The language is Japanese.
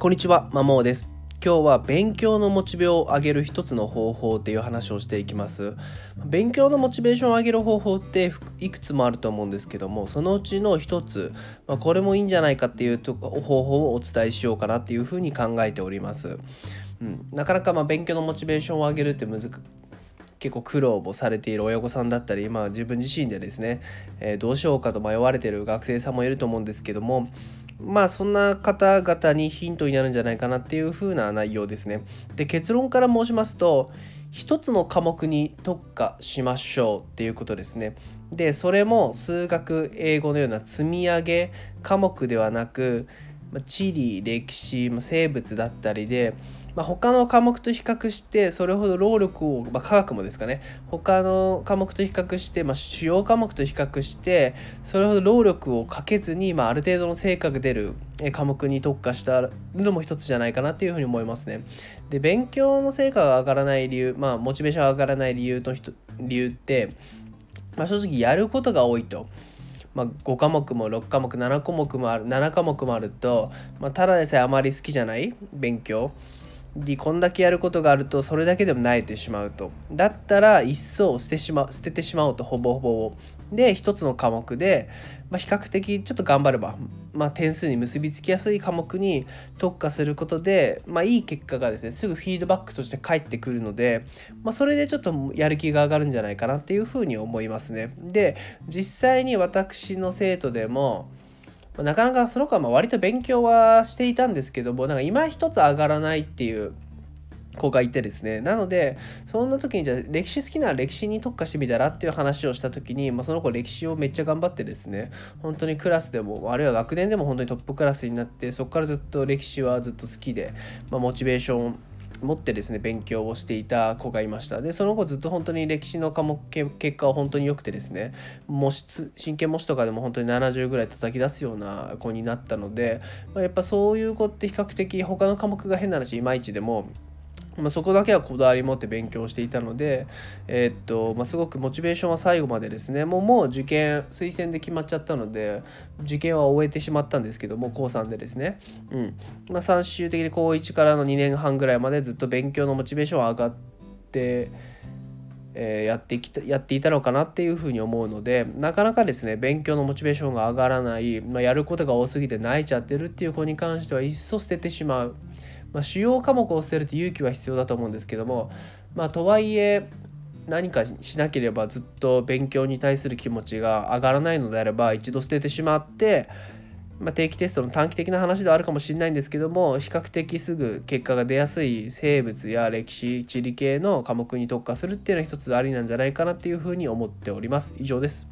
こんにちは、まもーです。今日は勉強のモチベを上げる一つの方法っていう話をしていきます。勉強のモチベーションを上げる方法っていくつもあると思うんですけども、そのうちの一つ、これもいいんじゃないかっていう方法をお伝えしようかなっていうふうに考えております。なかなか勉強のモチベーションを上げるって結構苦労もされている親御さんだったり、自分自身でですね、どうしようかと迷われている学生さんもいると思うんですけども、そんな方々にヒントになるんじゃないかなっていう風な内容ですね。で、結論から申しますと、一つの科目に特化しましょうっていうことですね。で、それも数学、英語のような積み上げ科目ではなく、地理、歴史、生物だったりで、他の科目と比較してそれほど労力を、科学もですかね、他の科目と比較して、主要科目と比較してそれほど労力をかけずに、ある程度の成果が出る科目に特化したのも一つじゃないかなっていうふうに思いますね。で、勉強の成果が上がらない理由、モチベーションが上がらない理由って、正直やることが多いと。5科目も6科目7科目もある7科目もあると、ただでさえあまり好きじゃない勉強で、こんだけやることがあるとそれだけでも慣れてしまうと。だったら一層捨ててしまおうと、ほぼほぼを。で、一つの科目で、比較的ちょっと頑張れば、点数に結びつきやすい科目に特化することで、いい結果がですね、すぐフィードバックとして返ってくるので、それでちょっとやる気が上がるんじゃないかなっていうふうに思いますね。で、実際に私の生徒でも、なかなかその子は割と勉強はしていたんですけども、今一つ上がらないっていう子がいてですね。なので、そんな時にじゃあ歴史好きなら歴史に特化してみたらっていう話をした時に、その子歴史をめっちゃ頑張ってですね、本当にクラスでも、あるいは学年でも本当にトップクラスになって、そこからずっと歴史はずっと好きで、モチベーション持ってですね勉強をしていた子がいました。で、その子ずっと本当に歴史の科目結果は本当に良くてですね、真剣模試とかでも本当に70ぐらい叩き出すような子になったので、やっぱそういう子って比較的他の科目が変な話いまいちでも、そこだけはこだわり持って勉強していたので、すごくモチベーションは最後までですね、もう受験推薦で決まっちゃったので受験は終えてしまったんですけども、高3でですね、最終的に高1からの2年半ぐらいまでずっと勉強のモチベーションは上がって、やっていたのかなっていうふうに思うので、なかなかですね勉強のモチベーションが上がらない、やることが多すぎて泣いちゃってるっていう子に関してはいっそ捨ててしまう。主要科目を捨てると勇気は必要だと思うんですけども、とはいえ何かしなければずっと勉強に対する気持ちが上がらないのであれば一度捨ててしまって、定期テストの短期的な話ではあるかもしれないんですけども、比較的すぐ結果が出やすい生物や歴史地理系の科目に特化するっていうのは一つありなんじゃないかなっていうふうに思っております。以上です。